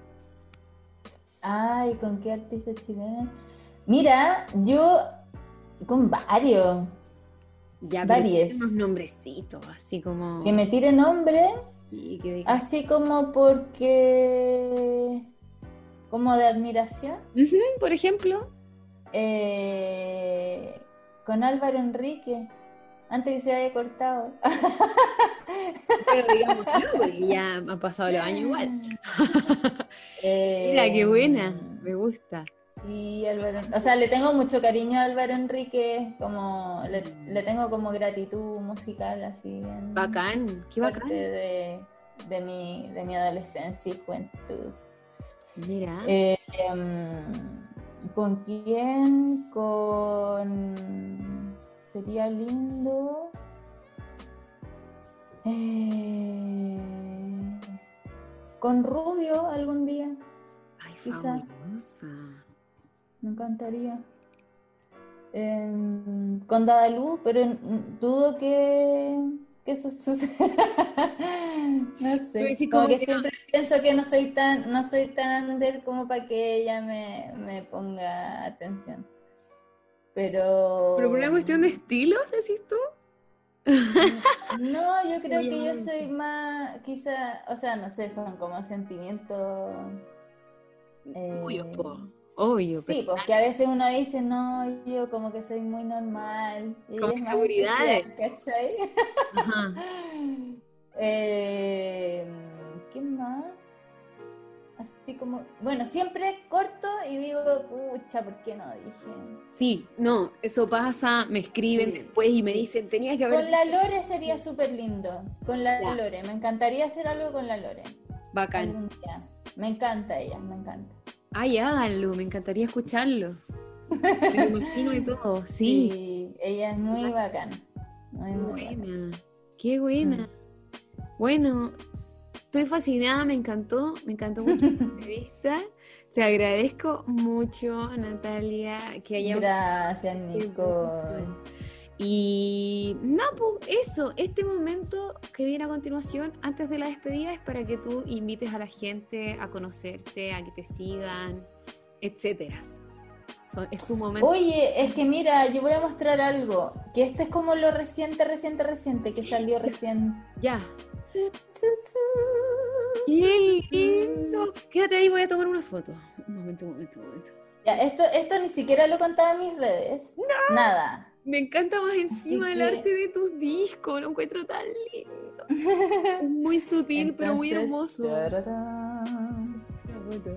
Ay, ¿con qué artista chileno? Mira, yo con varios. Ya, pero Varios. unos nombrecitos, así como... Que me tire nombre, y que diga- así como porque... como de admiración. Ujú, por ejemplo. Eh, con Álvaro Enrique, antes que se haya cortado. Pero digamos, no, porque ya han pasado los años igual. Eh, Mira, qué buena, me gusta. Sí, Álvaro, o sea, le tengo mucho cariño a Álvaro Enrique, como le, le tengo como gratitud musical así bien Bacán, qué fuerte bacán. de, de mi de mi adolescencia y juventud. Mira, Eh, em, ¿con quién? Con sería lindo. Eh, con Rubio algún día. ay, quizá. fabulosa. Me encantaría. Eh, con Dadalú, pero mm, dudo que, que eso suceda. No Pero sé. sí, Como como que que no- siempre pienso que no soy tan, no soy tan under como para que ella me, me ponga atención. Pero. Pero por una cuestión de estilo, decís tú. No, yo creo que yo Obviamente. soy más, quizá, o sea, no sé, son como sentimientos. eh, Obvio, po. Obvio, Sí, personal. pues que a veces uno dice, no, yo como que soy muy normal, y Como ella es más inseguridades. especial, ¿cachai? Ajá. Eh, ¿qué más? Así como, bueno, siempre corto y digo, pucha, ¿por qué no dije? Sí, no, eso pasa, me escriben Sí, después y me sí. dicen, tenía que haber... Con la Lore sería súper lindo, con la Ya. Lore, me encantaría hacer algo con la Lore, Bacán. algún día. Me encanta ella, me encanta. Ay, háganlo, me encantaría escucharlo. Me lo imagino y todo, sí. Sí, ella es muy bacana, muy, Qué muy bacana. buena, qué buena. Bueno, estoy fascinada, me encantó, me encantó mucho la entrevista. Te agradezco mucho, Natalia, que hayamos... Gracias, Nicole. Y no, pues eso, este momento que viene a continuación, antes de la despedida, es para que tú invites a la gente a conocerte, a que te sigan, etcétera. Son- es tu momento. Oye, es que mira, yo voy a mostrar algo, que este es como lo reciente, reciente, reciente, que salió recién. Ya. ¡Qué lindo! Quédate ahí, voy a tomar una foto. Un momento, un momento, un momento. Ya, esto, esto ni siquiera lo contaba en mis redes. Nada. Me encanta más encima Así el que- arte de tus discos, lo encuentro tan lindo. Es muy sutil, pero muy Entonces, hermoso. chararán. Una foto.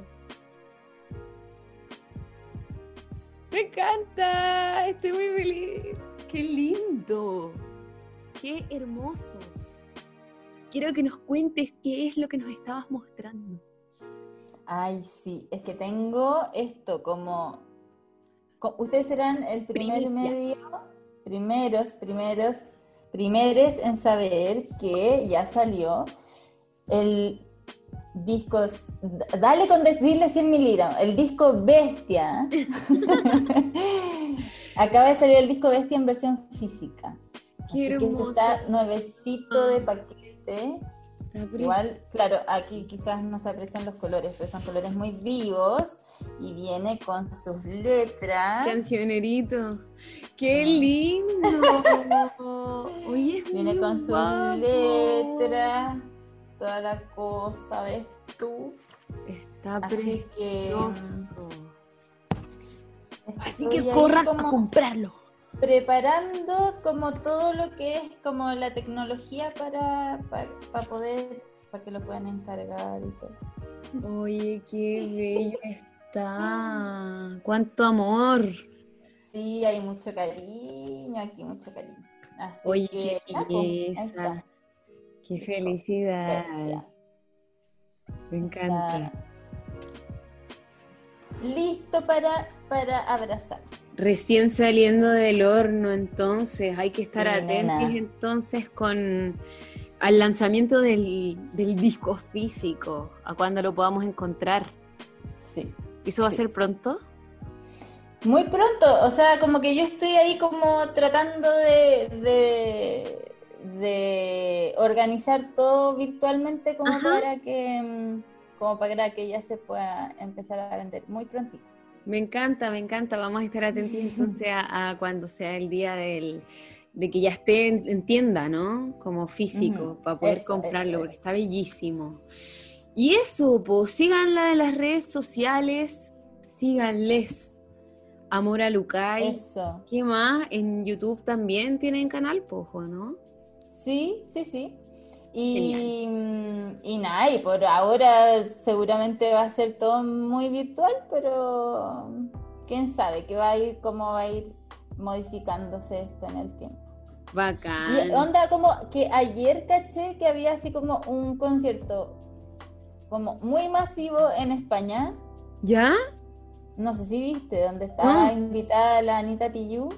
Me encanta, estoy muy feliz. Qué lindo, qué hermoso. Quiero que nos cuentes qué es lo que nos estabas mostrando. Ay, sí, es que tengo esto como... co- Ustedes serán el primer Primicia. medio, primeros, primeros primeros en saber que ya salió el disco, dale con decirle cien mil liras, el disco Bestia. Acaba de salir el disco Bestia en versión física. Qué Así hermoso. que está nuevecito de paquete. Está Igual, claro, aquí quizás no se aprecian los colores, pero son colores muy vivos y viene con sus letras. Cancionerito. ¡Qué lindo! Oye, es Viene muy con sus guapo. letras, toda la cosa, ¿ves tú? Está Así que precioso. Así estoy que ahí corran como a comprarlo. preparando como todo lo que es como la tecnología para, para, para poder, para que lo puedan encargar y todo. Oye, qué bello está. ¡Cuánto amor! Sí, hay mucho cariño aquí, mucho cariño. Así Oye, que, qué ah, pues, ahí belleza. está. Qué felicidad. Bestia. Me encanta. Está listo para, para abrazar. Recién saliendo del horno, entonces hay que estar Sí, atentos nena. entonces con al lanzamiento del, del disco físico, a cuando lo podamos encontrar. Sí. ¿Eso va Sí. a ser pronto? Muy pronto, o sea, como que yo estoy ahí como tratando de, de, de organizar todo virtualmente como Ajá. para que mm, como para que ya se pueda empezar a vender muy prontito. Me encanta, me encanta. Vamos a estar atentos entonces a, a cuando sea el día del, de que ya esté en, en tienda, ¿no? Como físico, Ujú. para poder Eso, comprarlo, eso, porque eso. está bellísimo. Y eso, pues síganla en las redes sociales, síganles. Amor a Lucay. Eso. ¿Qué más? En YouTube también tienen canal, pojo, ¿no? Sí, sí, sí. Y, mm, y nada, y por ahora seguramente va a ser todo muy virtual, pero quién sabe que va a ir, cómo va a ir modificándose esto en el tiempo. Bacán. Y onda como que ayer caché que había así como un concierto como muy masivo en España, ¿Ya? no sé si viste, donde estaba No. invitada la Anita Tijoux.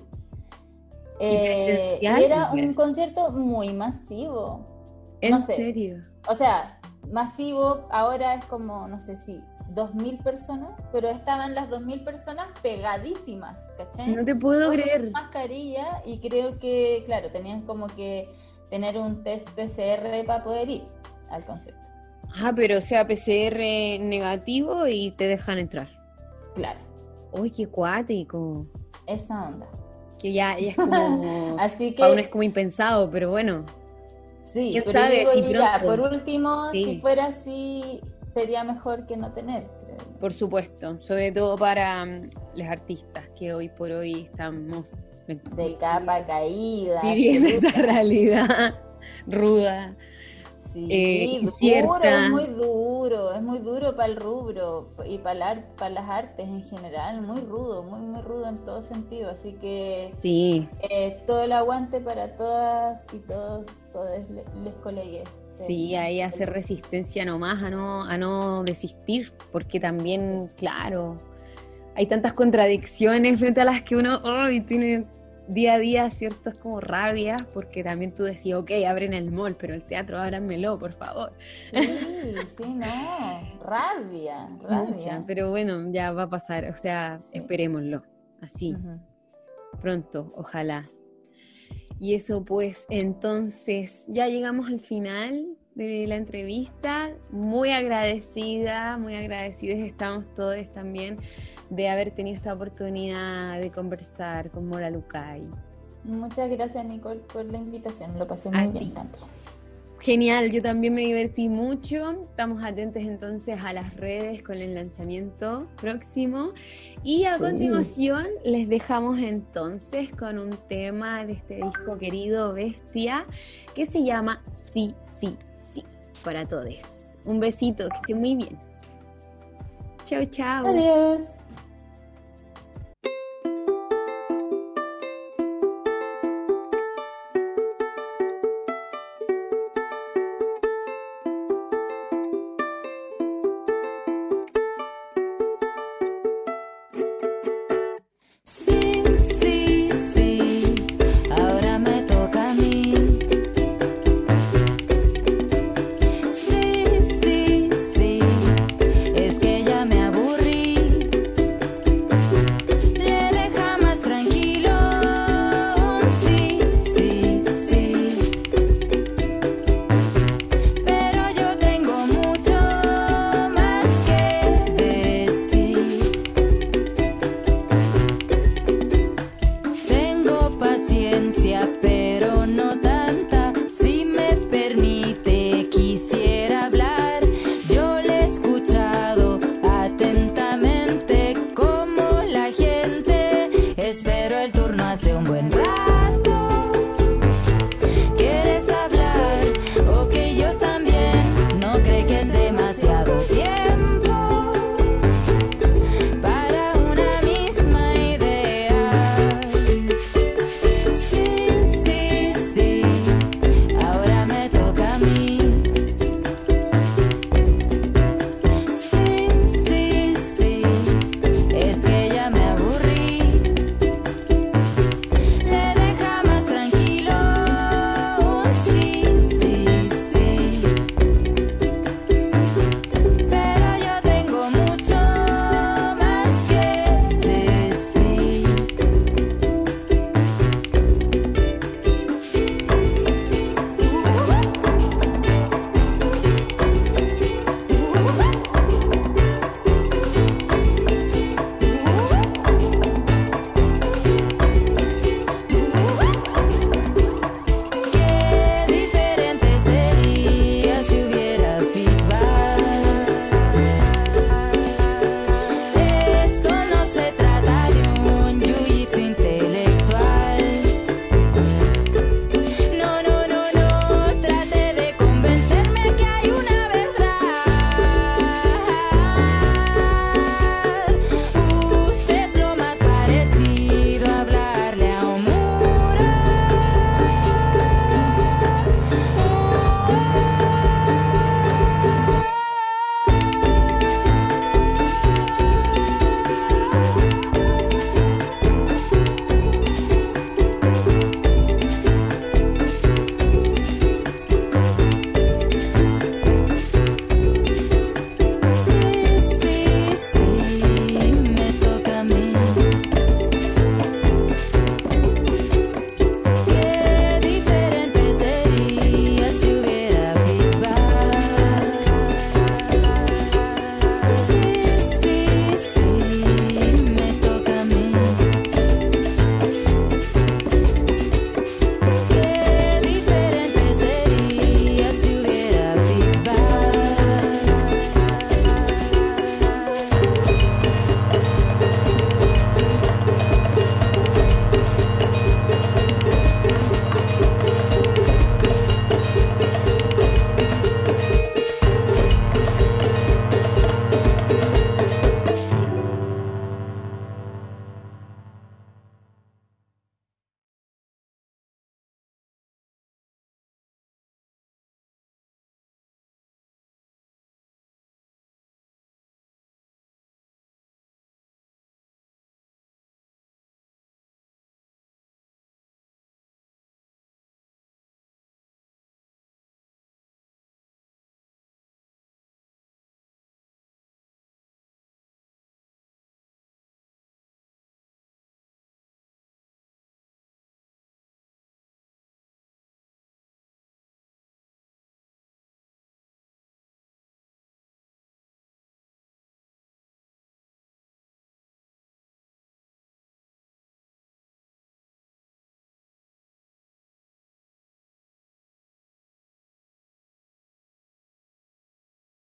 Eh, y presencial? era un concierto muy masivo. ¿En No sé. serio? O sea, masivo ahora es como, no sé si, dos mil personas, pero estaban las dos mil personas pegadísimas, ¿cachai? No te puedo Todos creer. con mascarilla y creo que, claro, tenían como que tener un test P C R para poder ir al concierto. Ah, pero o sea, P C R negativo y te dejan entrar. Claro, Uy, qué cuático. esa onda. Que ya, ya es como... Así Para uno que, es como impensado, pero bueno. sí, quién pero sabe digo si yo ya, pronto. por último, Sí. si fuera así, sería mejor que no tener, creo. Por supuesto, sobre todo para um, los artistas que hoy por hoy estamos De capa caída. viviendo esta absoluta. realidad ruda. Sí, eh, duro, incierta. es muy duro, es muy duro para el rubro y para, el ar- para las artes en general, muy rudo, muy, muy rudo en todo sentido. Así que Sí, eh, todo el aguante para todas y todos, todos le- les colegues. sí, ahí hacer resistencia nomás a no, a no desistir, porque también, claro, hay tantas contradicciones frente a las que uno ay, tiene día a día ciertas como rabias, porque también tú decías, ok, abren el mall, pero el teatro ábranmelo, por favor. Sí, sí, no, rabia, rabia. Mucha, pero bueno, ya va a pasar, o sea, Sí. esperémoslo, así, Ujú. pronto, ojalá. Y eso pues, entonces, ya llegamos al final de la entrevista, muy agradecida, muy agradecidos estamos todos también de haber tenido esta oportunidad de conversar con Mora Lucay. Muchas gracias, Nicole, por la invitación, lo pasé muy A bien ti. también. Genial, yo también me divertí mucho. Estamos atentos entonces a las redes con el lanzamiento próximo. Y a Sí. continuación les dejamos entonces con un tema de este disco querido Bestia que se llama Sí, sí, sí, para todos. Un besito, que estén muy bien. Chao, chao. Adiós. Sí, sí, sí, ahora me toca a mí. pasé un buen rato.